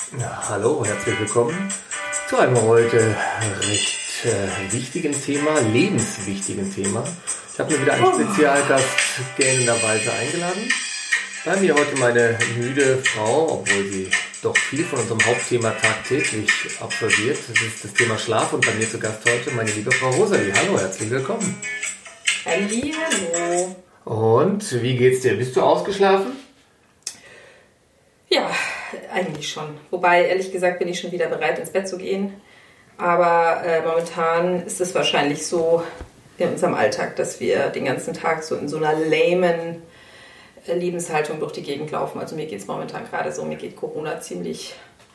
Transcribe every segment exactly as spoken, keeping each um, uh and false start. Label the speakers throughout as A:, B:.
A: Ja, hallo, herzlich willkommen zu einem heute recht äh, wichtigen Thema, lebenswichtigen Thema. Ich habe mir wieder einen Spezialgast gähnenderweise eingeladen. Bei mir heute meine müde Frau, obwohl sie doch viel von unserem Hauptthema tagtäglich absolviert. Das ist das Thema Schlaf und bei mir zu Gast heute meine liebe Frau Rosalie. Hallo, herzlich willkommen.
B: Halli, hallo.
A: Und wie geht's dir? Bist du ausgeschlafen?
B: Ja, eigentlich schon. Wobei, ehrlich gesagt, bin ich schon wieder bereit, ins Bett zu gehen. Aber äh, momentan ist es wahrscheinlich so in unserem Alltag, dass wir den ganzen Tag so in so einer lamen äh, Lebenshaltung durch die Gegend laufen. Also mir geht es momentan gerade so, mir geht Corona ziemlich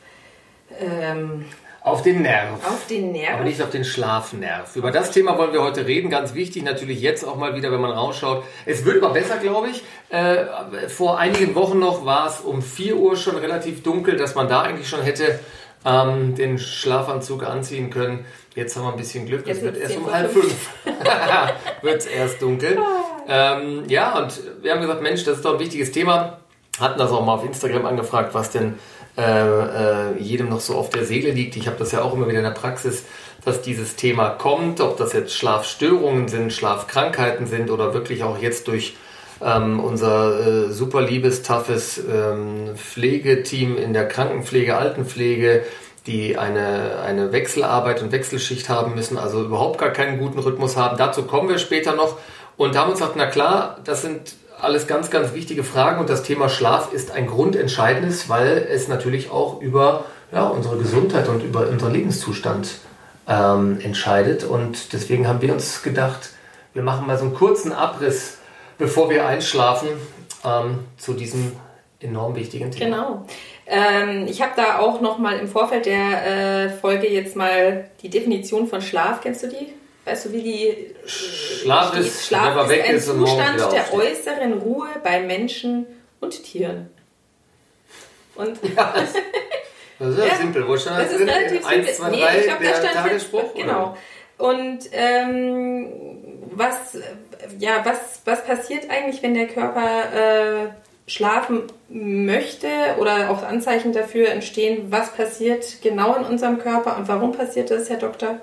B: ähm,
A: auf den Nerv.
B: Auf den Nerv.
A: Aber nicht auf den Schlafnerv. Über das Thema wollen wir heute reden. Ganz wichtig natürlich jetzt auch mal wieder, wenn man rausschaut. Es wird immer besser, glaube ich. Äh, vor einigen Wochen noch war es um vier Uhr schon relativ dunkel, dass man da eigentlich schon hätte ähm, den Schlafanzug anziehen können. Jetzt haben wir ein bisschen Glück. Es wird erst um halb fünf. Wird es erst dunkel. ähm, ja, und wir haben gesagt, Mensch, das ist doch ein wichtiges Thema. Hatten das auch mal auf Instagram angefragt, was denn Äh, äh, jedem noch so auf der Seele liegt. Ich habe das ja auch immer wieder in der Praxis, dass dieses Thema kommt, ob das jetzt Schlafstörungen sind, Schlafkrankheiten sind oder wirklich auch jetzt durch ähm, unser äh, super liebes, toughes ähm, Pflegeteam in der Krankenpflege, Altenpflege, die eine, eine Wechselarbeit und Wechselschicht haben müssen, also überhaupt gar keinen guten Rhythmus haben. Dazu kommen wir später noch und da haben wir uns gesagt, na klar, das sind alles ganz, ganz wichtige Fragen und das Thema Schlaf ist ein grundentscheidendes, weil es natürlich auch über ja, unsere Gesundheit und über unseren Lebenszustand ähm, entscheidet und deswegen haben wir uns gedacht, wir machen mal so einen kurzen Abriss, bevor wir einschlafen, ähm, zu diesem enorm wichtigen Thema.
B: Genau. Ähm, ich habe da auch noch mal im Vorfeld der äh, Folge jetzt mal die Definition von Schlaf, kennst du die? Weißt du, wie die
A: Schlaf
B: steht?
A: ist,
B: Schlaf ist
A: weg
B: ein
A: ist
B: Zustand der äußeren Ruhe bei Menschen und Tieren. Und
A: ja, das, das ist ja, ja simpel. Wo stand das, das ist drin?
B: Relativ
A: eins, zwei, drei,
B: nee, ich glaub,
A: der
B: da stand
A: Tagesspruch?
B: Jetzt, genau. Und ähm, was, ja, was, was passiert eigentlich, wenn der Körper äh, schlafen möchte oder auch Anzeichen dafür entstehen? Was passiert genau in unserem Körper und warum passiert das, Herr Doktor?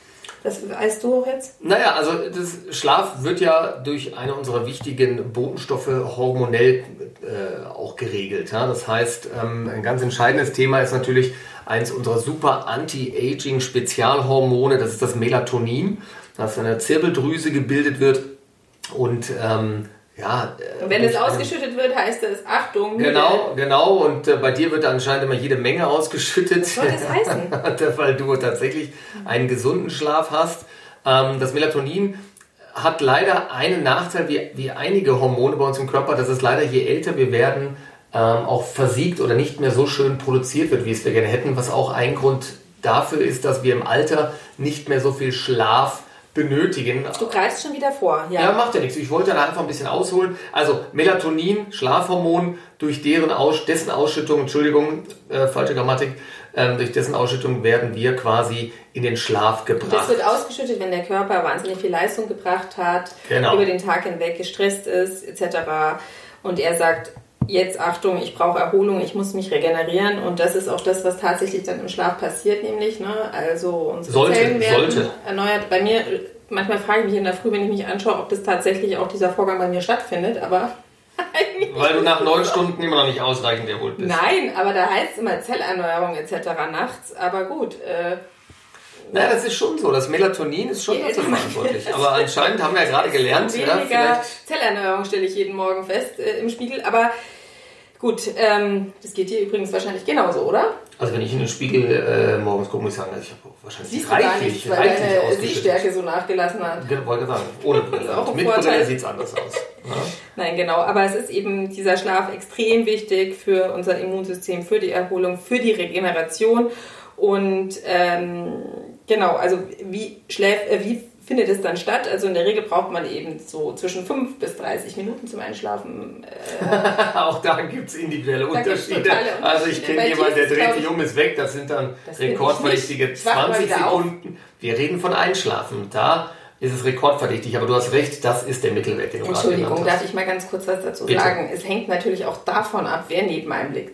B: Das weißt du auch jetzt?
A: Naja, also das Schlaf wird ja durch eine unserer wichtigen Botenstoffe hormonell äh, auch geregelt. Ja? Das heißt, ähm, ein ganz entscheidendes Thema ist natürlich eins unserer super Anti-Aging-Spezialhormone, das ist das Melatonin, das in der Zirbeldrüse gebildet wird und ähm, ja,
B: und wenn es ausgeschüttet wird, heißt es Achtung.
A: Genau, genau. Und äh, bei dir wird anscheinend immer jede Menge ausgeschüttet.
B: Was soll das heißen?
A: Weil du tatsächlich einen gesunden Schlaf hast. Ähm, das Melatonin hat leider einen Nachteil, wie, wie einige Hormone bei uns im Körper, dass es leider, je älter wir werden, ähm, auch versiegt oder nicht mehr so schön produziert wird, wie es wir gerne hätten. Was auch ein Grund dafür ist, dass wir im Alter nicht mehr so viel Schlaf benötigen.
B: Du greifst schon wieder vor. Ja,
A: ja, macht ja nichts. Ich wollte da einfach ein bisschen ausholen. Also Melatonin, Schlafhormon, durch deren Aus, dessen Ausschüttung, Entschuldigung, äh, falsche Grammatik, äh, durch dessen Ausschüttung werden wir quasi in den Schlaf gebracht.
B: Das wird ausgeschüttet, wenn der Körper wahnsinnig viel Leistung gebracht hat,
A: genau.
B: über den Tag hinweg gestresst ist, et cetera. Und er sagt, jetzt Achtung, ich brauche Erholung, ich muss mich regenerieren und das ist auch das, was tatsächlich dann im Schlaf passiert, nämlich, ne, also unsere
A: sollte,
B: Zellen werden
A: sollte.
B: erneuert. Bei mir, manchmal frage ich mich in der Früh, wenn ich mich anschaue, ob das tatsächlich auch dieser Vorgang bei mir stattfindet, aber
A: weil du nach neun Stunden immer noch nicht ausreichend erholt bist.
B: Nein, aber da heißt es immer Zellerneuerung et cetera nachts, aber gut. Äh,
A: Ja, das ist schon so. Das Melatonin ist schon dafür verantwortlich. Aber anscheinend haben wir ja gerade gelernt.
B: Weniger
A: ja,
B: Zellerneuerung stelle ich jeden Morgen fest äh, im Spiegel. Aber gut, ähm, das geht dir übrigens wahrscheinlich genauso, oder?
A: Also wenn ich in den Spiegel äh, morgens gucke, muss ich sagen, ich habe wahrscheinlich
B: Siehst
A: reichlich,
B: du gar nichts, weil
A: reichlich
B: deine
A: ausgeschüttet.
B: Sehstärke so nachgelassen hat.
A: Genau, wollte sagen, ohne Brille. Mit Brille sieht es anders aus. Ja.
B: Nein, genau. Aber es ist eben dieser Schlaf extrem wichtig für unser Immunsystem, für die Erholung, für die Regeneration. Und ähm, genau, also wie schläft, äh, wie findet es dann statt? Also in der Regel braucht man eben so zwischen fünf bis dreißig Minuten zum Einschlafen.
A: Äh, Auch da gibt es individuelle Unterschiede. Unterschiede. Also ich kenne jemanden, der dreht sich um, ist weg. Das sind dann das rekordverdächtige zwanzig Sekunden. Wir reden von Einschlafen. Da ist es rekordverdächtig, aber du hast recht, das ist der Mittelwert, den du
B: Entschuldigung, darf ich mal ganz kurz was dazu
A: Bitte.
B: sagen? Es hängt natürlich auch davon ab, wer neben einem liegt.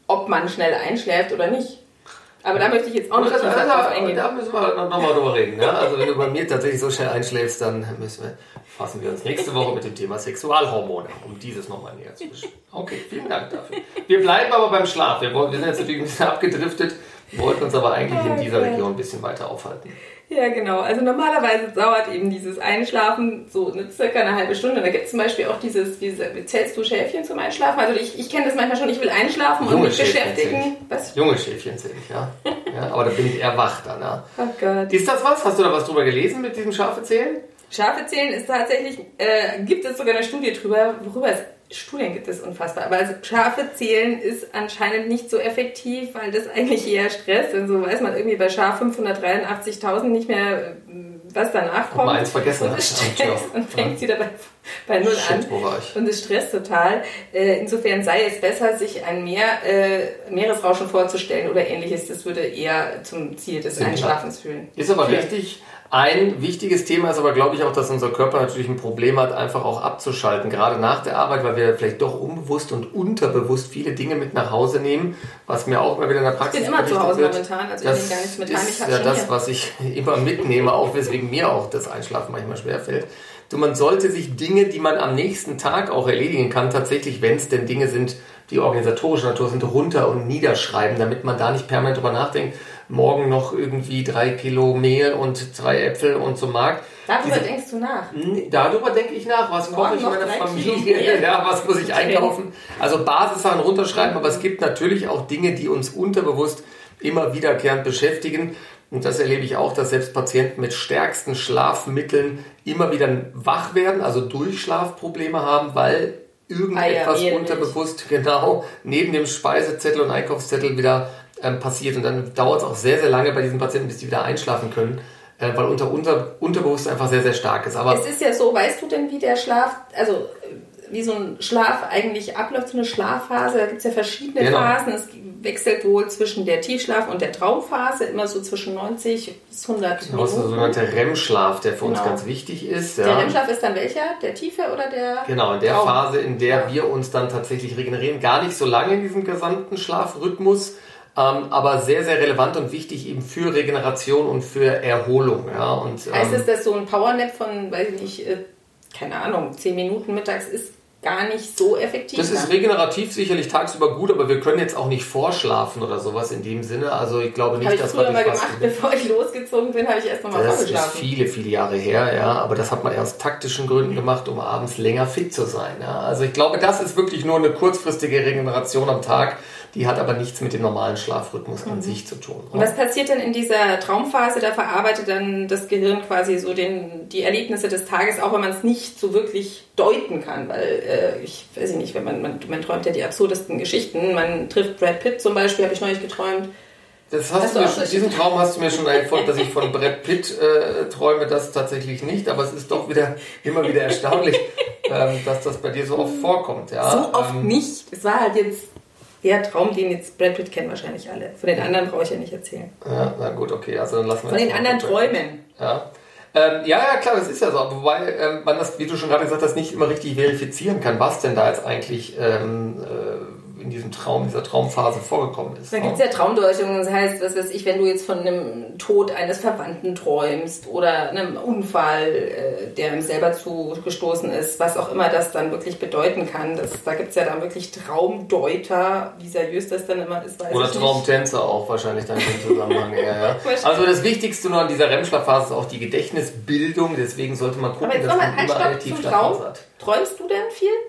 B: ob man schnell einschläft oder nicht. Aber da möchte ich jetzt auch nicht
A: tiefer
B: drauf eingehen.
A: Da müssen wir nochmal drüber reden. Ja? Also wenn du bei mir tatsächlich so schnell einschläfst, dann müssen wir, fassen wir uns nächste Woche mit dem Thema Sexualhormone, um dieses nochmal näher zu besprechen. Okay, vielen Dank dafür. Wir bleiben aber beim Schlaf. Wir, wollen, wir sind jetzt natürlich ein bisschen abgedriftet, wollten uns aber eigentlich in dieser Region ein bisschen weiter aufhalten.
B: Ja, genau. Also normalerweise dauert eben dieses Einschlafen so eine, circa eine halbe Stunde. Da gibt es zum Beispiel auch dieses, diese, zählst du Schäfchen zum Einschlafen? Also ich, ich kenne das manchmal schon, ich will einschlafen
A: Junge
B: und mich
A: Schäfchen
B: beschäftigen. Was?
A: Junge Schäfchen zähle ich, ja. ja. Aber da bin ich eher wach dann. Ja.
B: Oh Gott.
A: Ist das was? Hast du da was drüber gelesen mit diesem Schafezählen?
B: Schafezählen ist tatsächlich, äh, gibt es sogar eine Studie drüber, worüber es Studien gibt es unfassbar. Aber also Schafe zählen ist anscheinend nicht so effektiv, weil das eigentlich eher stresst. Und so weiß man irgendwie bei Schaf fünfhundertdreiundachtzigtausend nicht mehr, was danach kommt.
A: Mal eins vergessen.
B: Und es stresst und fängt wieder bei, bei Null
A: Shit,
B: an.
A: wo war ich?
B: Und es stresst total. Äh, insofern sei es besser, sich ein Meer, äh, Meeresrauschen vorzustellen oder ähnliches. Das würde eher zum Ziel des Einschlafens führen.
A: Ist aber richtig. Ein wichtiges Thema ist aber, glaube ich, auch, dass unser Körper natürlich ein Problem hat, einfach auch abzuschalten, gerade nach der Arbeit, weil wir vielleicht doch unbewusst und unterbewusst viele Dinge mit nach Hause nehmen, was mir auch mal wieder in der Praxis
B: Ich bin immer zu Hause
A: wird.
B: momentan, also
A: das
B: ich nehme gar nichts mit heim.
A: ist ja das, was ich immer mitnehme, auch weswegen mir auch das Einschlafen manchmal schwerfällt. Du, man sollte sich Dinge, die man am nächsten Tag auch erledigen kann, tatsächlich, wenn es denn Dinge sind, die organisatorischer Natur sind, runter und niederschreiben, damit man da nicht permanent drüber nachdenkt, morgen noch irgendwie drei Kilo Mehl und drei Äpfel und zum Markt.
B: Darüber Diese, denkst du nach?
A: Darüber denke ich nach. Was koche ich meiner Familie? Ja, was muss ich einkaufen? Also Basissachen runterschreiben, aber es gibt natürlich auch Dinge, die uns unterbewusst immer wiederkehrend beschäftigen. Und das erlebe ich auch, dass selbst Patienten mit stärksten Schlafmitteln immer wieder wach werden, also Durchschlafprobleme haben, weil irgendetwas
B: ah ja,
A: unterbewusst genau neben dem Speisezettel und Einkaufszettel wieder ähm, passiert. Und dann dauert es auch sehr, sehr lange bei diesen Patienten, bis die wieder einschlafen können, äh, weil unter, unter Unterbewusstsein einfach sehr, sehr stark ist. Aber
B: es ist ja so, weißt du denn, wie der Schlaf, also wie so ein Schlaf eigentlich abläuft, so eine Schlafphase, da gibt es ja verschiedene
A: genau.
B: Phasen. Es wechselt wohl zwischen der Tiefschlaf- und der Traumphase, immer so zwischen neunzig bis hundert
A: genau, das ist der sogenannte R E M-Schlaf, der für genau. uns ganz wichtig ist. Ja.
B: Der R E M-Schlaf ist dann welcher? Der tiefe oder der
A: Genau, in der
B: Traum?
A: Phase, in der
B: ja.
A: wir uns dann tatsächlich regenerieren. Gar nicht so lange in diesem gesamten Schlafrhythmus, ähm, aber sehr, sehr relevant und wichtig eben für Regeneration und für Erholung. Ja. Und, ähm,
B: heißt es, dass so ein Powernap von, weiß ich nicht, äh, keine Ahnung, zehn Minuten mittags ist gar nicht so effektiv?
A: Das ist regenerativ sicherlich tagsüber gut, aber wir können jetzt auch nicht vorschlafen oder sowas in dem Sinne. Also ich glaube nicht,
B: hab ich
A: dass
B: früher
A: man
B: mal gemacht, bevor ich losgezogen bin, habe ich erst nochmal vorgeschlafen.
A: Das ist viele, viele Jahre her, ja. Aber das hat man eher aus taktischen Gründen gemacht, um abends länger fit zu sein. Ja. Also ich glaube, das ist wirklich nur eine kurzfristige Regeneration am Tag. Die hat aber nichts mit dem normalen Schlafrhythmus an mhm. sich zu tun.
B: Und was passiert denn in dieser Traumphase? Da verarbeitet dann das Gehirn quasi so den, die Erlebnisse des Tages, auch wenn man es nicht so wirklich deuten kann. Weil äh, ich weiß nicht, wenn man, man, man träumt ja die absurdesten Geschichten. Man trifft Brad Pitt zum Beispiel, habe ich neulich geträumt.
A: Das hast, hast du mir schon, diesen Traum hast du mir schon erfolgt, dass ich von Brad Pitt äh, träume, das tatsächlich nicht. Aber es ist doch wieder immer wieder erstaunlich, ähm, dass das bei dir so oft vorkommt. Ja?
B: So oft
A: ähm,
B: nicht. Es war halt jetzt der Traum, den jetzt Brad Pitt kennen wahrscheinlich alle. Von den anderen brauche ich ja nicht erzählen.
A: Ja, na gut, okay. Also dann lassen wir
B: Von den anderen Träumen.
A: Ja. Ähm, ja, ja, klar, das ist ja so. Wobei ähm, man das, wie du schon gerade gesagt hast, nicht immer richtig verifizieren kann, was denn da jetzt eigentlich ähm, äh, in diesem Traum, dieser Traumphase vorgekommen ist.
B: Da gibt es ja Traumdeutungen. Das heißt, was weiß ich, wenn du jetzt von einem Tod eines Verwandten träumst oder einem Unfall, äh, der ihm selber zugestoßen ist, was auch immer das dann wirklich bedeuten kann. Das, da gibt es ja dann wirklich Traumdeuter, wie seriös das dann immer ist, weiß
A: oder
B: ich nicht.
A: Traumtänzer auch wahrscheinlich dann im Zusammenhang. ja, ja. Also das Wichtigste nur an dieser R E M-Schlafphase ist auch die Gedächtnisbildung. Deswegen sollte man gucken, dass man immer eine Tiefschlafphase hat.
B: Träumst du denn viel?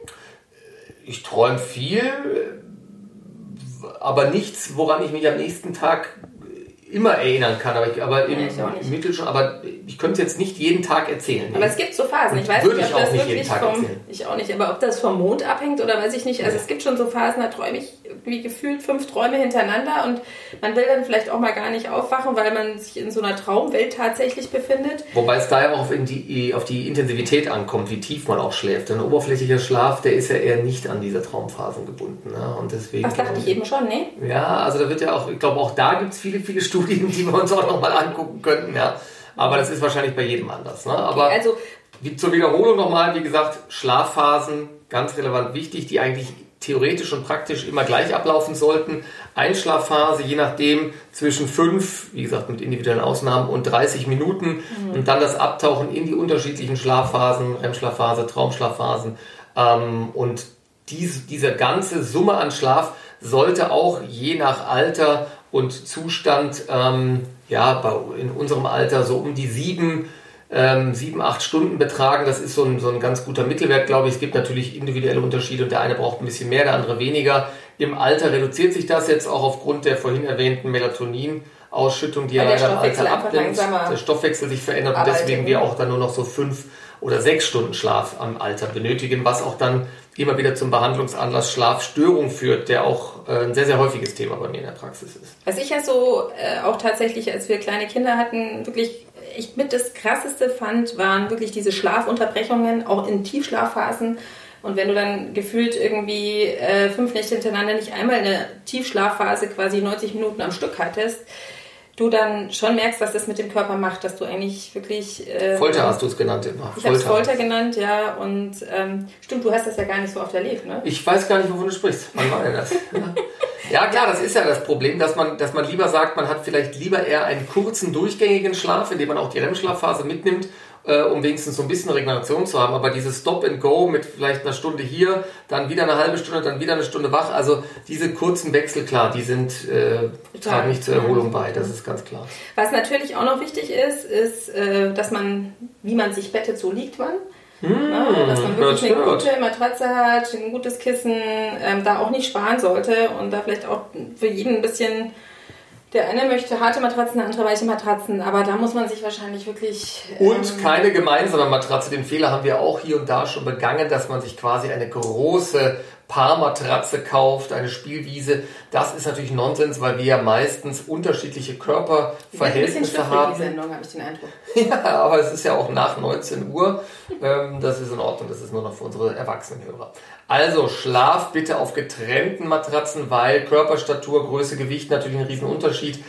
A: Ich träume viel, aber nichts, woran ich mich am nächsten Tag immer erinnern kann. Aber, ich, aber im,
B: ja,
A: im Mittel schon. Aber ich könnte es jetzt nicht jeden Tag erzählen.
B: Aber es gibt so Phasen. Ich weiß
A: nicht,
B: ob
A: ich auch
B: das
A: nicht
B: wirklich
A: jeden Tag
B: vom,
A: erzählen.
B: ich auch nicht, aber ob das vom Mond abhängt oder weiß ich nicht. Also ja. Es gibt schon so Phasen, da träume ich irgendwie gefühlt fünf Träume hintereinander und man will dann vielleicht auch mal gar nicht aufwachen, weil man sich in so einer Traumwelt tatsächlich befindet.
A: Wobei es da ja auch auf die, auf die Intensivität ankommt, wie tief man auch schläft. Denn ein oberflächlicher Schlaf, der ist ja eher nicht an diese Traumphasen gebunden. Ne? Und deswegen,
B: das dachte ich eben schon, ne?
A: Ja, also da wird ja auch, ich glaube auch da gibt es viele, viele Studien, die wir uns auch nochmal angucken könnten. Ja? Aber das ist wahrscheinlich bei jedem anders. Ne? Aber
B: okay, also,
A: wie, zur Wiederholung nochmal, wie gesagt, Schlafphasen, ganz relevant wichtig, die eigentlich theoretisch und praktisch immer gleich ablaufen sollten. Einschlafphase, je nachdem, zwischen fünf, wie gesagt, mit individuellen Ausnahmen, und dreißig Minuten. Mhm. Und dann das Abtauchen in die unterschiedlichen Schlafphasen, R E M-Schlafphase, Traumschlafphasen. Ähm, und dies, diese ganze Summe an Schlaf sollte auch je nach Alter und Zustand, ähm, ja, bei, in unserem Alter so um die sieben, ähm, sieben, acht Stunden betragen. Das ist so ein, so ein ganz guter Mittelwert, glaube ich. Es gibt natürlich individuelle Unterschiede und der eine braucht ein bisschen mehr, der andere weniger. Im Alter reduziert sich das jetzt auch aufgrund der vorhin erwähnten Melatonin-Ausschüttung, die ja leider im Alter abnimmt. Der Stoffwechsel sich verändert und deswegen wir auch dann nur noch so fünf oder sechs Stunden Schlaf am Alter benötigen, was auch dann immer wieder zum Behandlungsanlass Schlafstörung führt, der auch äh, ein sehr, sehr häufiges Thema bei mir in der Praxis ist.
B: Was ich ja so äh, auch tatsächlich, als wir kleine Kinder hatten, wirklich ich mit das Krasseste fand, waren wirklich diese Schlafunterbrechungen, auch in Tiefschlafphasen. Und wenn du dann gefühlt irgendwie äh, fünf Nächte hintereinander nicht einmal eine Tiefschlafphase quasi neunzig Minuten am Stück hattest, du dann schon merkst, was das mit dem Körper macht, dass du eigentlich wirklich... Äh,
A: Folter hast du es genannt immer.
B: Ich habe es Folter genannt, ja. Und ähm, stimmt, du hast das ja gar nicht so oft erlebt, ne?
A: Ich weiß gar nicht, wovon du sprichst. Wann war denn das? Ja klar, das ist ja das Problem, dass man, dass man lieber sagt, man hat vielleicht lieber eher einen kurzen, durchgängigen Schlaf, in dem man auch die R E M-Schlafphase mitnimmt, äh, um wenigstens so ein bisschen Regeneration zu haben. Aber dieses Stop and Go mit vielleicht einer Stunde hier, dann wieder eine halbe Stunde, dann wieder eine Stunde wach, also diese kurzen Wechsel, klar, die sind äh, tragen nicht zur Erholung bei, das ist ganz klar. Was natürlich auch noch wichtig ist, ist, äh, dass man, wie man sich bettet, so liegt man.
B: Mmh, ja, dass man wirklich eine gute Matratze hat, ein gutes Kissen, ähm, da auch nicht sparen sollte und da vielleicht auch für jeden ein bisschen, der eine möchte harte Matratzen, der andere weiche Matratzen, aber da muss man sich wahrscheinlich wirklich...
A: Ähm und keine gemeinsame Matratze, den Fehler haben wir auch hier und da schon begangen, dass man sich quasi eine große Paarmatratze kauft, eine Spielwiese. Das ist natürlich Nonsens, weil wir ja meistens unterschiedliche Körperverhältnisse haben.
B: Die Sendung, habe ich den Eindruck.
A: Ja, aber es ist ja auch nach neunzehn Uhr. Das ist in Ordnung, das ist nur noch für unsere Erwachsenenhörer. Also Schlaf bitte auf getrennten Matratzen, weil Körperstatur, Größe, Gewicht natürlich ein Riesenunterschied.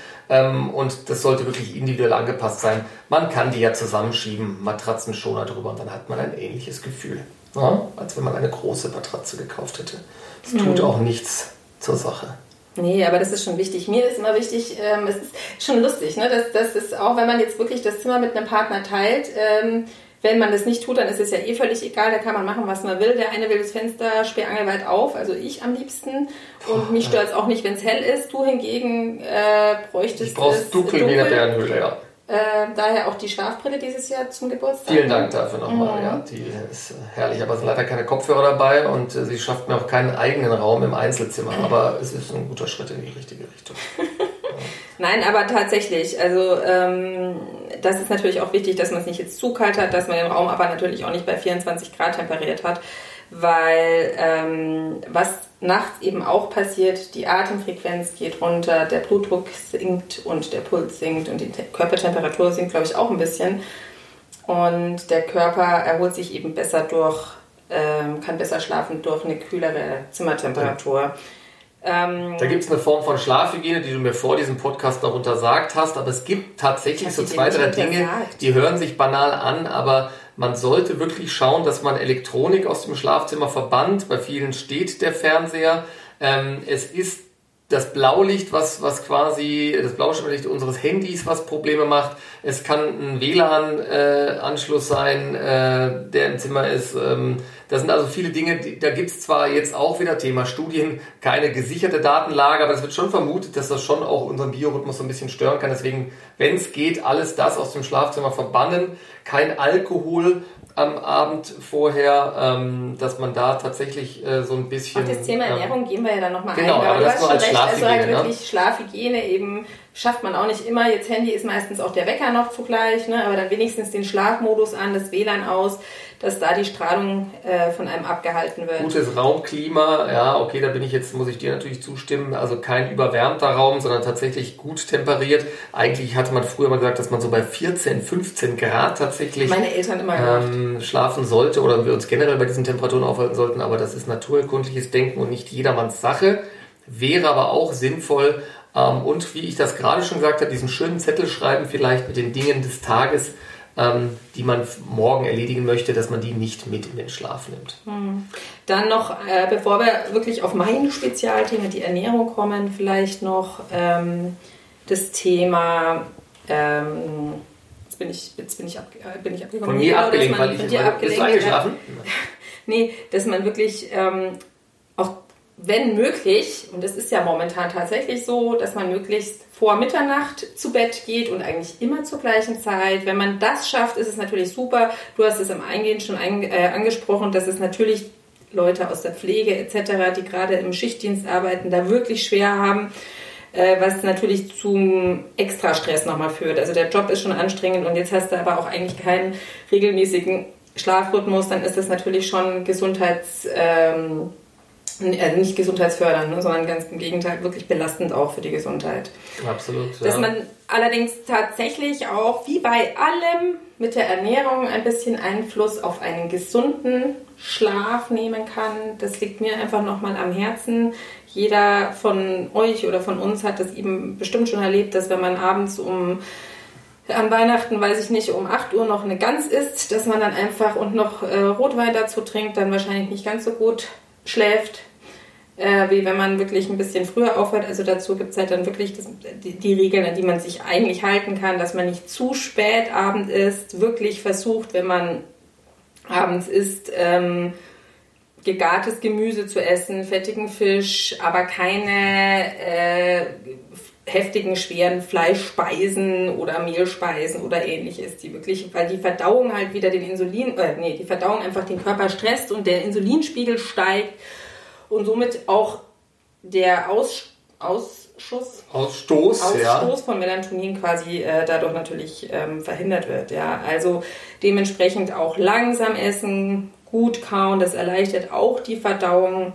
A: Und das sollte wirklich individuell angepasst sein. Man kann die ja zusammenschieben, Matratzenschoner drüber, und dann hat man ein ähnliches Gefühl. Ja, als wenn man eine große Matratze gekauft hätte. Das tut mhm. auch nichts zur Sache.
B: Nee, aber das ist schon wichtig. Mir ist immer wichtig, ähm, es ist schon lustig, ne? dass, dass es auch, wenn man jetzt wirklich das Zimmer mit einem Partner teilt, ähm, wenn man das nicht tut, dann ist es ja eh völlig egal, da kann man machen, was man will. Der eine will das Fenster sperrangelweit auf, also ich am liebsten. Und mich stört es auch nicht, wenn es hell ist. Du hingegen äh, bräuchtest
A: ich brauch's
B: es
A: dunkel wie eine Bärenhöhle, ja.
B: Äh, daher auch die Schlafbrille dieses Jahr zum Geburtstag.
A: Vielen Dank dafür nochmal. Mhm. Ja, die ist herrlich, aber es sind leider keine Kopfhörer dabei und äh, sie schafft mir auch keinen eigenen Raum im Einzelzimmer. Aber es ist ein guter Schritt in die richtige Richtung. Ja.
B: Nein, aber tatsächlich, also ähm, das ist natürlich auch wichtig, dass man es nicht jetzt zu kalt hat, dass man den Raum aber natürlich auch nicht bei vierundzwanzig Grad temperiert hat, weil ähm, was nachts eben auch passiert, die Atemfrequenz geht runter, der Blutdruck sinkt und der Puls sinkt und die Körpertemperatur sinkt, glaube ich, auch ein bisschen. Und der Körper erholt sich eben besser durch, ähm, kann besser schlafen durch eine kühlere Zimmertemperatur.
A: Ja. Ähm, da gibt es eine Form von Schlafhygiene, die du mir vor diesem Podcast noch untersagt hast, aber es gibt tatsächlich so zwei, drei Dinge, die hören sich banal an, aber man sollte wirklich schauen, dass man Elektronik aus dem Schlafzimmer verbannt. Bei vielen steht der Fernseher. Ähm, es ist das Blaulicht, was, was quasi, das Blauschimmerlicht unseres Handys, was Probleme macht. Es kann ein W L A N-Anschluss äh, sein, äh, der im Zimmer ist. Ähm, das sind also viele Dinge, die, da gibt es zwar jetzt auch wieder Thema Studien, keine gesicherte Datenlage, aber es wird schon vermutet, dass das schon auch unseren Biorhythmus so ein bisschen stören kann. Deswegen, wenn es geht, alles das aus dem Schlafzimmer verbannen. Kein Alkohol am Abend vorher, ähm, dass man da tatsächlich äh, so ein bisschen...
B: Auf das Thema Ernährung ähm, gehen wir ja dann nochmal
A: genau,
B: ein.
A: Aber, aber das nur als Schlafhygiene.
B: Also halt wirklich Schlafhygiene eben schafft man auch nicht immer. Jetzt Handy ist meistens auch der Wecker noch zugleich, ne? Aber dann wenigstens den Schlafmodus an, das W L A N aus, dass da die Strahlung äh, von einem abgehalten wird.
A: Gutes Raumklima, ja, okay, da bin ich jetzt, muss ich dir natürlich zustimmen, also kein überwärmter Raum, sondern tatsächlich gut temperiert. Eigentlich hatte man früher mal gesagt, dass man so bei vierzehn, fünfzehn Grad tatsächlich
B: Meine Eltern immer
A: ähm, schlafen sollte oder wir uns generell bei diesen Temperaturen aufhalten sollten, aber das ist naturerkundliches Denken und nicht jedermanns Sache. Wäre aber auch sinnvoll, ähm, und wie ich das gerade schon gesagt habe, diesen schönen Zettel schreiben vielleicht mit den Dingen des Tages, ähm, die man morgen erledigen möchte, dass man die nicht mit in den Schlaf nimmt.
B: Dann noch, äh, bevor wir wirklich auf mein Spezialthema, die Ernährung kommen, vielleicht noch ähm, das Thema, ähm, jetzt bin ich, jetzt bin ich, ab, bin ich abgekommen.
A: Von mir
B: genau,
A: abgelenkt,
B: man,
A: weil ich...
B: von dir
A: Weil, bist du eingeschlafen?
B: Nee, dass man wirklich ähm, auch, wenn möglich, und das ist ja momentan tatsächlich so, dass man möglichst vor Mitternacht zu Bett geht und eigentlich immer zur gleichen Zeit. Wenn man das schafft, ist es natürlich super. Du hast es im Eingehen schon ein, äh, angesprochen, dass es natürlich Leute aus der Pflege et cetera, die gerade im Schichtdienst arbeiten, da wirklich schwer haben, äh, was natürlich zum Extrastress nochmal führt. Also der Job ist schon anstrengend und jetzt hast du aber auch eigentlich keinen regelmäßigen Schlafrhythmus, dann ist das natürlich schon Gesundheits... Ähm, Also nicht gesundheitsfördernd, ne, sondern ganz im Gegenteil wirklich belastend auch für die Gesundheit.
A: Absolut. Ja.
B: Dass man allerdings tatsächlich auch, wie bei allem mit der Ernährung, ein bisschen Einfluss auf einen gesunden Schlaf nehmen kann. Das liegt mir einfach nochmal am Herzen. Jeder von euch oder von uns hat das eben bestimmt schon erlebt, dass wenn man abends um an Weihnachten, weiß ich nicht, um acht Uhr noch eine Gans isst, dass man dann einfach und noch äh, Rotwein dazu trinkt, dann wahrscheinlich nicht ganz so gut schläft, äh, wie wenn man wirklich ein bisschen früher aufhört. Also dazu gibt es halt dann wirklich das, die, die Regeln, an die man sich eigentlich halten kann, dass man nicht zu spät Abend isst, wirklich versucht, wenn man abends isst, ähm, gegartes Gemüse zu essen, fettigen Fisch, aber keine äh, heftigen, schweren Fleischspeisen oder Mehlspeisen oder ähnliches, die wirklich, weil die Verdauung halt wieder den Insulin, äh, nee, die Verdauung einfach den Körper stresst und der Insulinspiegel steigt und somit auch der Aus, Ausschuss,
A: Ausstoß,
B: Ausstoß
A: ja.
B: von Melatonin quasi äh, dadurch natürlich ähm, verhindert wird. Ja. Also dementsprechend auch langsam essen, gut kauen, das erleichtert auch die Verdauung.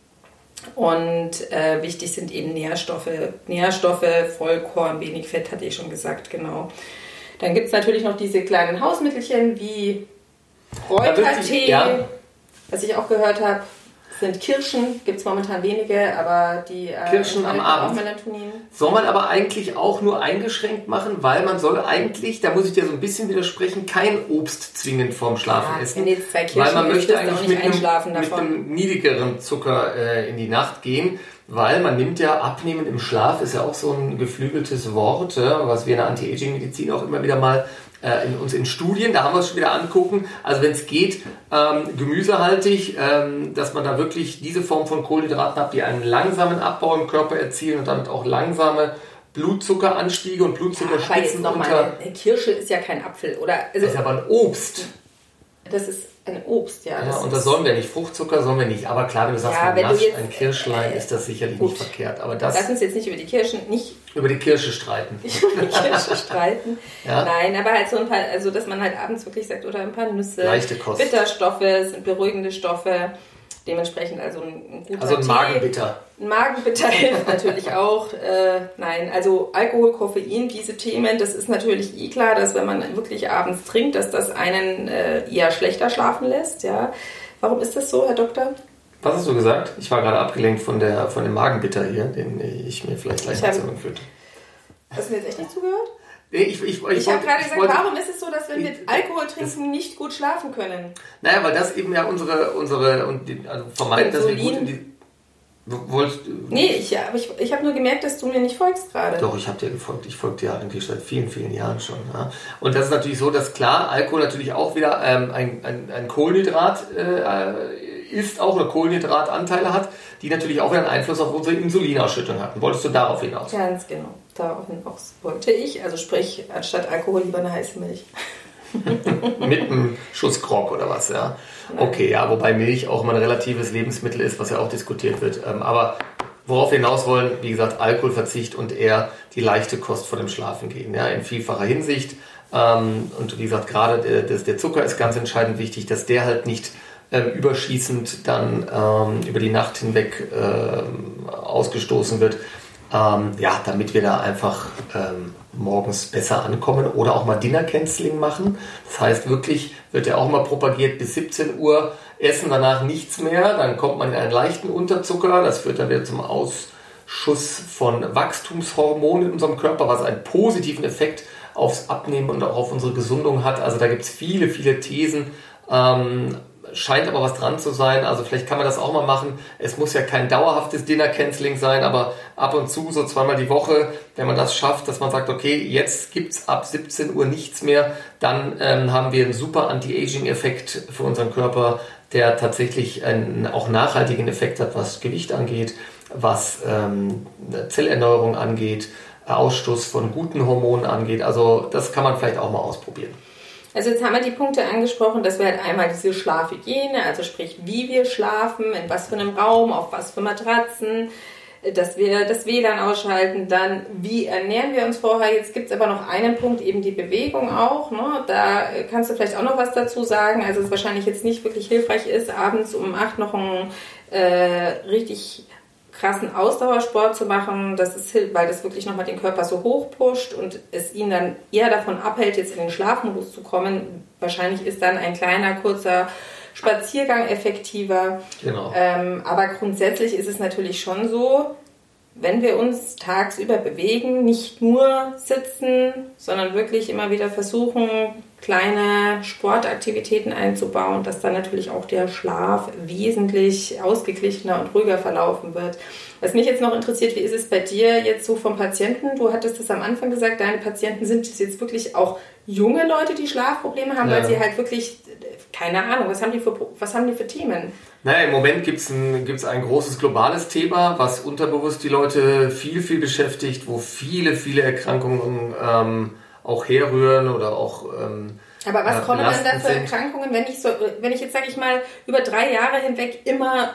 B: Und äh, wichtig sind eben Nährstoffe. Nährstoffe, Vollkorn, wenig Fett, hatte ich schon gesagt, genau. Dann gibt es natürlich noch diese kleinen Hausmittelchen wie Kräutertee, ja. Was ich auch gehört habe, sind Kirschen, gibt es momentan wenige, aber die äh,
A: Kirschen am Abend.
B: Auch Melatonin.
A: Soll man aber eigentlich auch nur eingeschränkt machen, weil man soll eigentlich, da muss ich dir so ein bisschen widersprechen, kein Obst zwingend vorm Schlafen
B: ja,
A: essen.
B: Wenn jetzt zwei Kirschen
A: weil man möchte eigentlich
B: nicht
A: mit einem,
B: einschlafen
A: mit
B: davon.
A: einem niedrigeren Zucker äh, in die Nacht gehen, weil man nimmt ja, abnehmen im Schlaf ist ja auch so ein geflügeltes Wort, ja, was wir in der Anti-Aging-Medizin auch immer wieder mal In, uns in Studien, da haben wir es schon wieder angucken, also wenn es geht, ähm, gemüsehaltig, ähm, dass man da wirklich diese Form von Kohlenhydraten hat, die einen langsamen Abbau im Körper erzielen und damit auch langsame Blutzuckeranstiege und Blutzuckerspitzen
B: ja,
A: unter...
B: Eine Kirsche ist ja kein Apfel, oder? Also,
A: das ist aber ein Obst.
B: Das ist ein Obst, ja.
A: ja
B: Das
A: und das sollen wir nicht, Fruchtzucker sollen wir nicht, aber klar, wenn du sagst,
B: ja,
A: man nascht
B: jetzt,
A: ein Kirschlein,
B: äh,
A: ist das sicherlich
B: gut.
A: nicht verkehrt. Aber das
B: Lass uns jetzt nicht über die Kirschen, nicht
A: über die Kirsche streiten.
B: Nicht über die Kirsche streiten.
A: Ja?
B: Nein, aber halt so ein paar, also dass man halt abends wirklich sagt, oder ein paar Nüsse,
A: leichte Kost.
B: Bitterstoffe, sind beruhigende Stoffe, dementsprechend also ein, ein guter
A: Also ein
B: Tee.
A: Magenbitter.
B: Ein Magenbitter hilft natürlich auch. Äh, nein, also Alkohol, Koffein, diese Themen, das ist natürlich eh klar, dass wenn man wirklich abends trinkt, dass das einen äh, eher schlechter schlafen lässt. Ja. Warum ist das so, Herr Doktor?
A: Was hast du gesagt? Ich war gerade abgelenkt von, der, von dem Magenbitter hier, den ich mir vielleicht gleich noch fühlte.
B: Hast du mir jetzt echt nicht zugehört?
A: Nee, ich ich, ich,
B: ich habe gerade gesagt,
A: wollte,
B: warum ist es so, dass wir mit
A: ich,
B: Alkohol trinken
A: das,
B: nicht gut schlafen können?
A: Naja, weil das eben ja unsere, unsere und die, also vermeiden, dass wir gut in die... Wolltest,
B: nee, ich, aber ich, ich habe nur gemerkt, dass du mir nicht folgst gerade.
A: Doch, ich habe dir gefolgt. Ich folge dir eigentlich seit vielen, vielen Jahren schon. Ja. Und das ist natürlich so, dass klar, Alkohol natürlich auch wieder ähm, ein, ein, ein Kohlenhydrat äh, ist, auch eine Kohlenhydratanteile hat, die natürlich auch wieder einen Einfluss auf unsere Insulinausschüttung hatten. Wolltest du darauf hinaus?
B: Ganz genau. Darauf hinaus wollte ich. Also sprich, anstatt Alkohol lieber eine heiße Milch.
A: Mit einem Schuss Grog oder was, ja. Okay, ja, wobei Milch auch immer ein relatives Lebensmittel ist, was ja auch diskutiert wird. Aber worauf wir hinaus wollen, wie gesagt, Alkoholverzicht und eher die leichte Kost vor dem Schlafen gehen, ja, in vielfacher Hinsicht. Und wie gesagt, gerade der, der Zucker ist ganz entscheidend wichtig, dass der halt nicht ähm, überschießend dann ähm, über die Nacht hinweg ähm, ausgestoßen wird. Ähm, ja, damit wir da einfach ähm, morgens besser ankommen oder auch mal Dinner-Canceling machen. Das heißt wirklich, wird ja auch mal propagiert, bis siebzehn Uhr essen, danach nichts mehr. Dann kommt man in einen leichten Unterzucker. Das führt dann wieder zum Ausschuss von Wachstumshormonen in unserem Körper, was einen positiven Effekt aufs Abnehmen und auch auf unsere Gesundung hat. Also da gibt es viele, viele Thesen. Ähm, scheint aber was dran zu sein. Also vielleicht kann man das auch mal machen. Es muss ja kein dauerhaftes Dinner-Canceling sein, aber ab und zu, so zweimal die Woche, wenn man das schafft, dass man sagt, okay, jetzt gibt's ab siebzehn Uhr nichts mehr, dann ähm, haben wir einen super Anti-Aging-Effekt für unseren Körper, der tatsächlich einen auch nachhaltigen Effekt hat, was Gewicht angeht, was ähm, Zellerneuerung angeht, Ausstoß von guten Hormonen angeht. Also das kann man vielleicht auch mal ausprobieren.
B: Also jetzt haben wir die Punkte angesprochen, dass wir halt einmal diese Schlafhygiene, also sprich, wie wir schlafen, in was für einem Raum, auf was für Matratzen, dass wir das W L A N ausschalten, dann wie ernähren wir uns vorher. Jetzt gibt es aber noch einen Punkt, eben die Bewegung auch. Ne? Da kannst du vielleicht auch noch was dazu sagen. Also es wahrscheinlich jetzt nicht wirklich hilfreich ist, abends um acht noch einen äh, richtig krassen Ausdauersport zu machen, das ist, weil das wirklich nochmal den Körper so hoch pusht und es ihn dann eher davon abhält, jetzt in den Schlafmodus zu kommen. Wahrscheinlich ist dann ein kleiner, kurzer Spaziergang effektiver.
A: Genau.
B: Ähm, aber grundsätzlich ist es natürlich schon so, wenn wir uns tagsüber bewegen, nicht nur sitzen, sondern wirklich immer wieder versuchen, kleine Sportaktivitäten einzubauen, dass dann natürlich auch der Schlaf wesentlich ausgeglichener und ruhiger verlaufen wird. Was mich jetzt noch interessiert, wie ist es bei dir jetzt so vom Patienten? Du hattest es am Anfang gesagt, deine Patienten sind es jetzt wirklich auch junge Leute, die Schlafprobleme haben, ja. Weil sie halt wirklich, keine Ahnung, was haben die für, was haben die für Themen?
A: Naja, im Moment gibt es ein, gibt's ein großes globales Thema, was unterbewusst die Leute viel, viel beschäftigt, wo viele, viele Erkrankungen ähm, auch herrühren oder auch ähm,
B: aber was kommen dann da für Erkrankungen, wenn ich so, wenn ich jetzt, sage ich mal, über drei Jahre hinweg immer,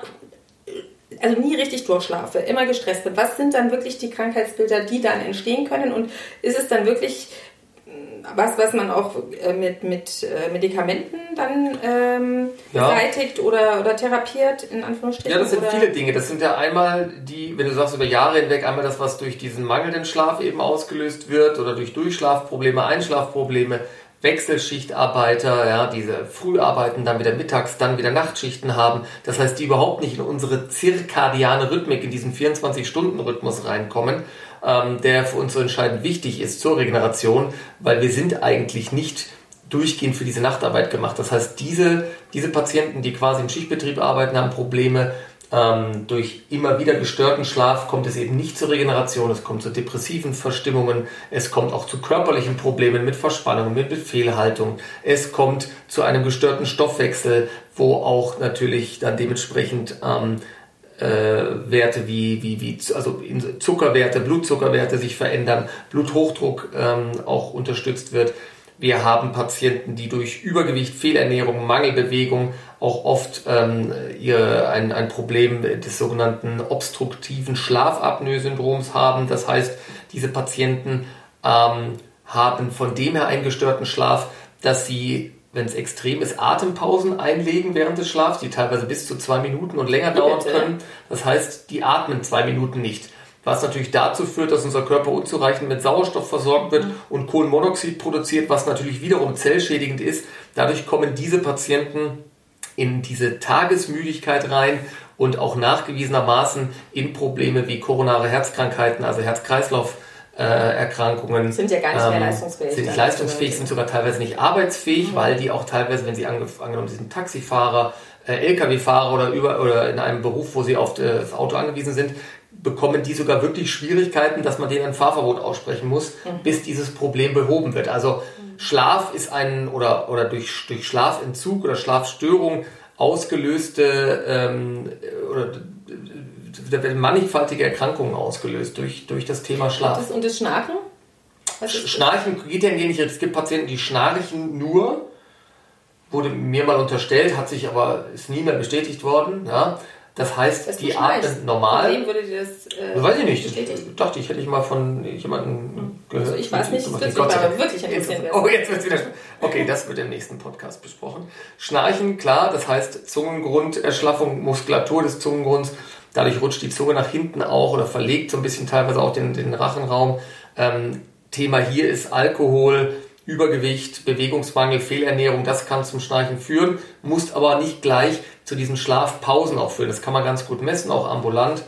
B: also nie richtig durchschlafe, immer gestresst bin? Was sind dann wirklich die Krankheitsbilder, die dann entstehen können? Und ist es dann wirklich was, was man auch mit, mit Medikamenten dann ähm,
A: ja.
B: beseitigt oder, oder therapiert, in Anführungsstrichen?
A: Ja, das sind
B: oder?
A: viele Dinge. Das sind ja einmal die, wenn du sagst, über Jahre hinweg, einmal das, was durch diesen mangelnden Schlaf eben ausgelöst wird oder durch Durchschlafprobleme, Einschlafprobleme, Wechselschichtarbeiter, ja, diese Früharbeiten, dann wieder mittags, dann wieder Nachtschichten haben. Das heißt, die überhaupt nicht in unsere zirkadiane Rhythmik, in diesen vierundzwanzig-Stunden-Rhythmus reinkommen, ähm, der für uns so entscheidend wichtig ist zur Regeneration, weil wir sind eigentlich nicht durchgehend für diese Nachtarbeit gemacht. Das heißt, diese, diese Patienten, die quasi im Schichtbetrieb arbeiten, haben Probleme. Ähm, durch immer wieder gestörten Schlaf kommt es eben nicht zur Regeneration, es kommt zu depressiven Verstimmungen, es kommt auch zu körperlichen Problemen mit Verspannungen, mit Fehlhaltung, es kommt zu einem gestörten Stoffwechsel, wo auch natürlich dann dementsprechend ähm, äh, Werte wie, wie, wie also Zuckerwerte, Blutzuckerwerte sich verändern, Bluthochdruck ähm, auch unterstützt wird. Wir haben Patienten, die durch Übergewicht, Fehlernährung, Mangelbewegung auch oft ähm, ihr, ein, ein Problem des sogenannten obstruktiven Schlafapnoe-Syndroms haben. Das heißt, diese Patienten ähm, haben von dem her einen gestörten Schlaf, dass sie, wenn es extrem ist, Atempausen einlegen während des Schlafs, die teilweise bis zu zwei Minuten und länger dauern können. Das heißt, die atmen zwei Minuten nicht. Was natürlich dazu führt, dass unser Körper unzureichend mit Sauerstoff versorgt wird und Kohlenmonoxid produziert, was natürlich wiederum zellschädigend ist. Dadurch kommen diese Patienten in diese Tagesmüdigkeit rein und auch nachgewiesenermaßen in Probleme wie koronare Herzkrankheiten, also Herz-Kreislauf-Erkrankungen.
B: Sind ja gar nicht mehr leistungsfähig.
A: Sind nicht leistungsfähig, sind sogar teilweise nicht arbeitsfähig, mhm. weil die auch teilweise, wenn sie angenommen sind, Taxifahrer, L K W-Fahrer oder, über, oder in einem Beruf, wo sie auf das Auto angewiesen sind, bekommen die sogar wirklich Schwierigkeiten, dass man denen ein Fahrverbot aussprechen muss, mhm. bis dieses Problem behoben wird. Also mhm. Schlaf ist ein, oder, oder durch, durch Schlafentzug oder Schlafstörung ausgelöste, ähm, oder da werden mannigfaltige Erkrankungen ausgelöst durch, durch das Thema Schlaf.
B: Und das, und das Schnarchen? Was ist
A: Schnarchen das? Geht ja nicht. Es gibt Patienten, die schnarchen nur, wurde mir mal unterstellt, hat sich aber, ist nie mehr bestätigt worden, ja. Das heißt, das die atmen normal.
B: Von wem würde dir das äh,
A: weiß ich nicht. Bestätigen? Dachte ich, hätte ich mal von jemandem hm. gehört.
B: Also ich weiß nicht, das wird mich aber wirklich interessieren.
A: Oh, jetzt wird es wieder. Okay, das wird im nächsten Podcast besprochen. Schnarchen, klar, das heißt Zungengrund, Erschlaffung, Muskulatur des Zungengrunds. Dadurch rutscht die Zunge nach hinten auch oder verlegt so ein bisschen teilweise auch den, den Rachenraum. Ähm, Thema hier ist Alkohol, Übergewicht, Bewegungsmangel, Fehlernährung, das kann zum Schnarchen führen, muss aber nicht gleich zu diesen Schlafpausen auch führen. Das kann man ganz gut messen, auch ambulant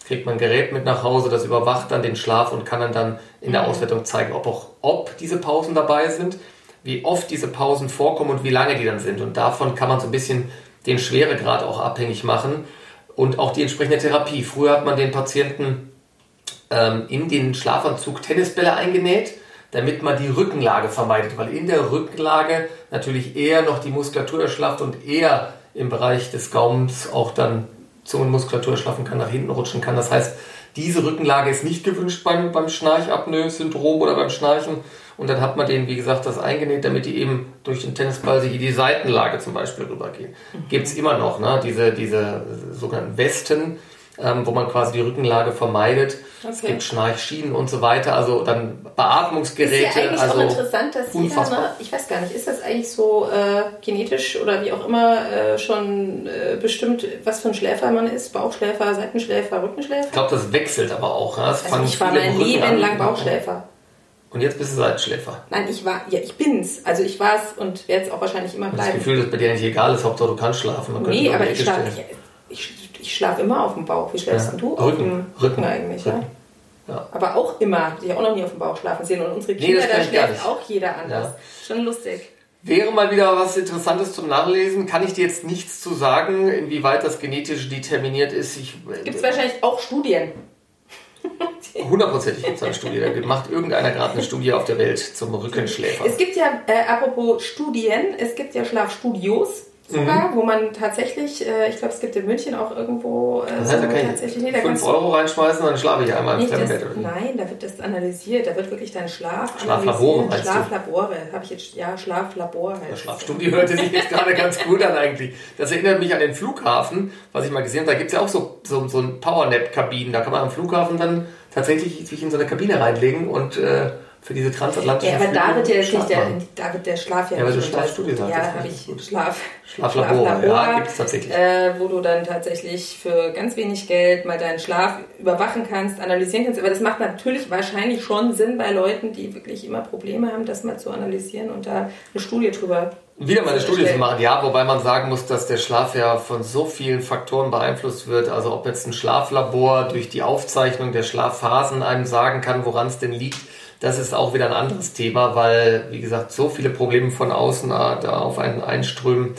A: kriegt man ein Gerät mit nach Hause, das überwacht dann den Schlaf und kann dann, dann in der Auswertung zeigen, ob auch ob diese Pausen dabei sind, wie oft diese Pausen vorkommen und wie lange die dann sind. Und davon kann man so ein bisschen den Schweregrad auch abhängig machen und auch die entsprechende Therapie. Früher hat man den Patienten ähm, in den Schlafanzug Tennisbälle eingenäht, damit man die Rückenlage vermeidet, weil in der Rückenlage natürlich eher noch die Muskulatur erschlafft und eher im Bereich des Gaumens auch dann Zungenmuskulatur erschlaffen kann, nach hinten rutschen kann. Das heißt, diese Rückenlage ist nicht gewünscht beim, beim Schnarchapnoe-Syndrom oder beim Schnarchen. Und dann hat man denen, wie gesagt, das eingenäht, damit die eben durch den Tennisball sich in die Seitenlage zum Beispiel rübergehen. Mhm. Gibt es immer noch, ne? diese, diese sogenannten Westen, ähm, wo man quasi die Rückenlage vermeidet. Okay. Es gibt Schnarchschienen und so weiter, also dann Beatmungsgeräte.
B: Ist ja eigentlich
A: also
B: auch interessant, dass jeder, ne, ich weiß gar nicht, ist das eigentlich so äh, genetisch oder wie auch immer äh, schon äh, bestimmt, was für ein Schläfer man ist? Bauchschläfer, Seitenschläfer, Rückenschläfer?
A: Ich glaube, das wechselt aber auch. Ne? Das
B: also ich war mein Leben lang Bauchschläfer.
A: Und jetzt bist du Seitenschläfer.
B: Nein, ich war, ja, ich bin's. Also ich war's und werde es auch wahrscheinlich immer bleiben.
A: Das Gefühl, dass bei dir nicht egal ist, Hauptsache du kannst schlafen. Man
B: nee, aber ich schlafe ich, ich, ich schlaf immer auf dem Bauch. Wie schläfst ja. du?
A: Rücken.
B: Auf dem Rücken,
A: Rücken
B: eigentlich,
A: Rücken.
B: Ja. Ja. Aber auch immer. Ich habe auch noch nie auf dem Bauch schlafen sehen. Und unsere Kinder, nee, da schläft auch jeder anders. Ja. Schon lustig.
A: Wäre mal wieder was Interessantes zum Nachlesen. Kann ich dir jetzt nichts zu sagen, inwieweit das genetisch determiniert ist.
B: Gibt es wahrscheinlich auch Studien.
A: Hundertprozentig gibt es eine Studie. Da macht irgendeiner gerade eine Studie auf der Welt zum Rückenschläfer.
B: Es gibt ja, äh, apropos Studien, es gibt ja Schlafstudios sogar, mhm. wo man tatsächlich, äh, ich glaube, es gibt in München auch irgendwo äh,
A: das heißt, so da kann tatsächlich nee, da fünf Euro reinschmeißen, dann schlafe ich einmal im Fremdbett.
B: Nein, da wird das analysiert, da wird wirklich dein Schlaf
A: Schlaflabore
B: analysiert. Schlaflabore, habe ich jetzt, ja, Schlaflabore.
A: Ja, Schlafstudie hörte sich jetzt gerade ganz gut an eigentlich. Das erinnert mich an den Flughafen, was ich mal gesehen habe. Da gibt es ja auch so, so, so ein Powernap-Kabinen. Da kann man am Flughafen dann tatsächlich sich in so eine Kabine reinlegen und äh, für diese transatlantischen
B: Ja, aber da wird, ja nicht der, da wird der Schlaf ja,
A: ja
B: nicht.
A: Ja, Schlafstudie sagt.
B: Ja, habe ich Schlaf,
A: Schlaflabor,
B: Schlaflabor
A: ja, gibt es tatsächlich.
B: Äh, wo du dann tatsächlich für ganz wenig Geld mal deinen Schlaf überwachen kannst, analysieren kannst. Aber das macht natürlich wahrscheinlich schon Sinn bei Leuten, die wirklich immer Probleme haben, das mal zu analysieren und da eine Studie drüber
A: Wieder mal eine Studie zu machen, ja, wobei man sagen muss, dass der Schlaf ja von so vielen Faktoren beeinflusst wird. Also ob jetzt ein Schlaflabor durch die Aufzeichnung der Schlafphasen einem sagen kann, woran es denn liegt, das ist auch wieder ein anderes Thema, weil, wie gesagt, so viele Probleme von außen da auf einen einströmen.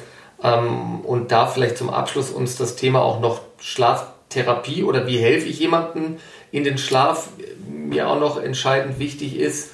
A: Und da vielleicht zum Abschluss uns das Thema auch noch Schlaftherapie oder wie helfe ich jemandem in den Schlaf mir auch noch entscheidend wichtig ist,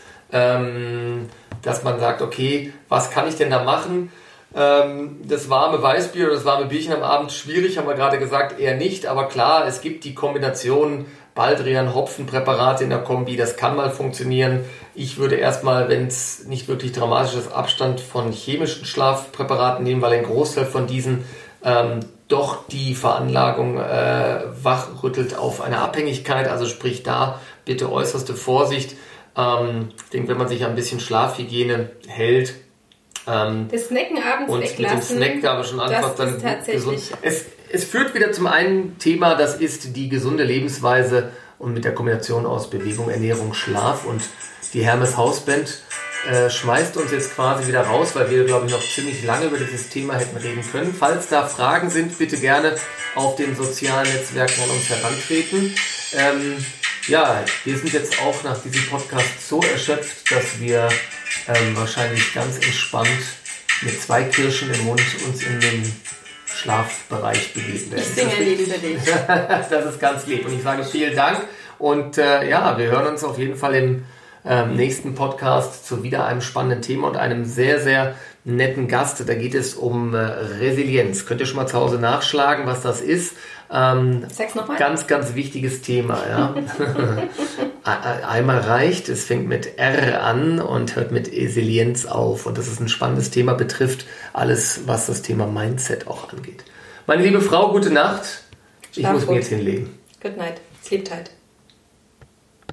A: dass man sagt, okay, was kann ich denn da machen? Das warme Weißbier oder das warme Bierchen am Abend, schwierig, haben wir gerade gesagt, eher nicht. Aber klar, es gibt die Kombination Baldrian, Hopfenpräparate in der Kombi, das kann mal funktionieren. Ich würde erstmal, wenn es nicht wirklich dramatisch ist, Abstand von chemischen Schlafpräparaten nehmen, weil ein Großteil von diesen ähm, doch die Veranlagung äh, wachrüttelt auf eine Abhängigkeit. Also sprich da bitte äußerste Vorsicht. Ähm, ich denke, wenn man sich ein bisschen Schlafhygiene hält, ähm,
B: das Snacken abends
A: und
B: weglassen,
A: mit dem Snack da aber schon anfasst, dann
B: tatsächlich
A: gesund. Es, es führt wieder zum einen Thema, das ist die gesunde Lebensweise und mit der Kombination aus Bewegung, Ernährung, Schlaf. Und die Hermes Hausband äh, schmeißt uns jetzt quasi wieder raus, weil wir, glaube ich, noch ziemlich lange über dieses Thema hätten reden können. Falls da Fragen sind, bitte gerne auf den sozialen Netzwerken an uns herantreten. Ähm, ja, wir sind jetzt auch nach diesem Podcast so erschöpft, dass wir ähm, wahrscheinlich ganz entspannt mit zwei Kirschen im Mund uns in den Schlafbereich begeben werden.
B: Ich singe ein Lied für dich.
A: Das ist ganz lieb und ich sage vielen Dank und äh, ja, wir hören uns auf jeden Fall im ähm, nächsten Podcast zu wieder einem spannenden Thema und einem sehr, sehr netten Gast. Da geht es um äh, Resilienz. Könnt ihr schon mal zu Hause nachschlagen, was das ist. Ähm,
B: Sag's nochmal.
A: Ganz, ganz wichtiges Thema. Ja. Einmal reicht, es fängt mit R an und hört mit Resilienz auf. Und das ist ein spannendes Thema, betrifft alles, was das Thema Mindset auch angeht. Meine liebe Frau, gute Nacht. Ich
B: Schlaf
A: muss
B: gut.
A: mich jetzt hinlegen.
B: Good night. Sleep tight.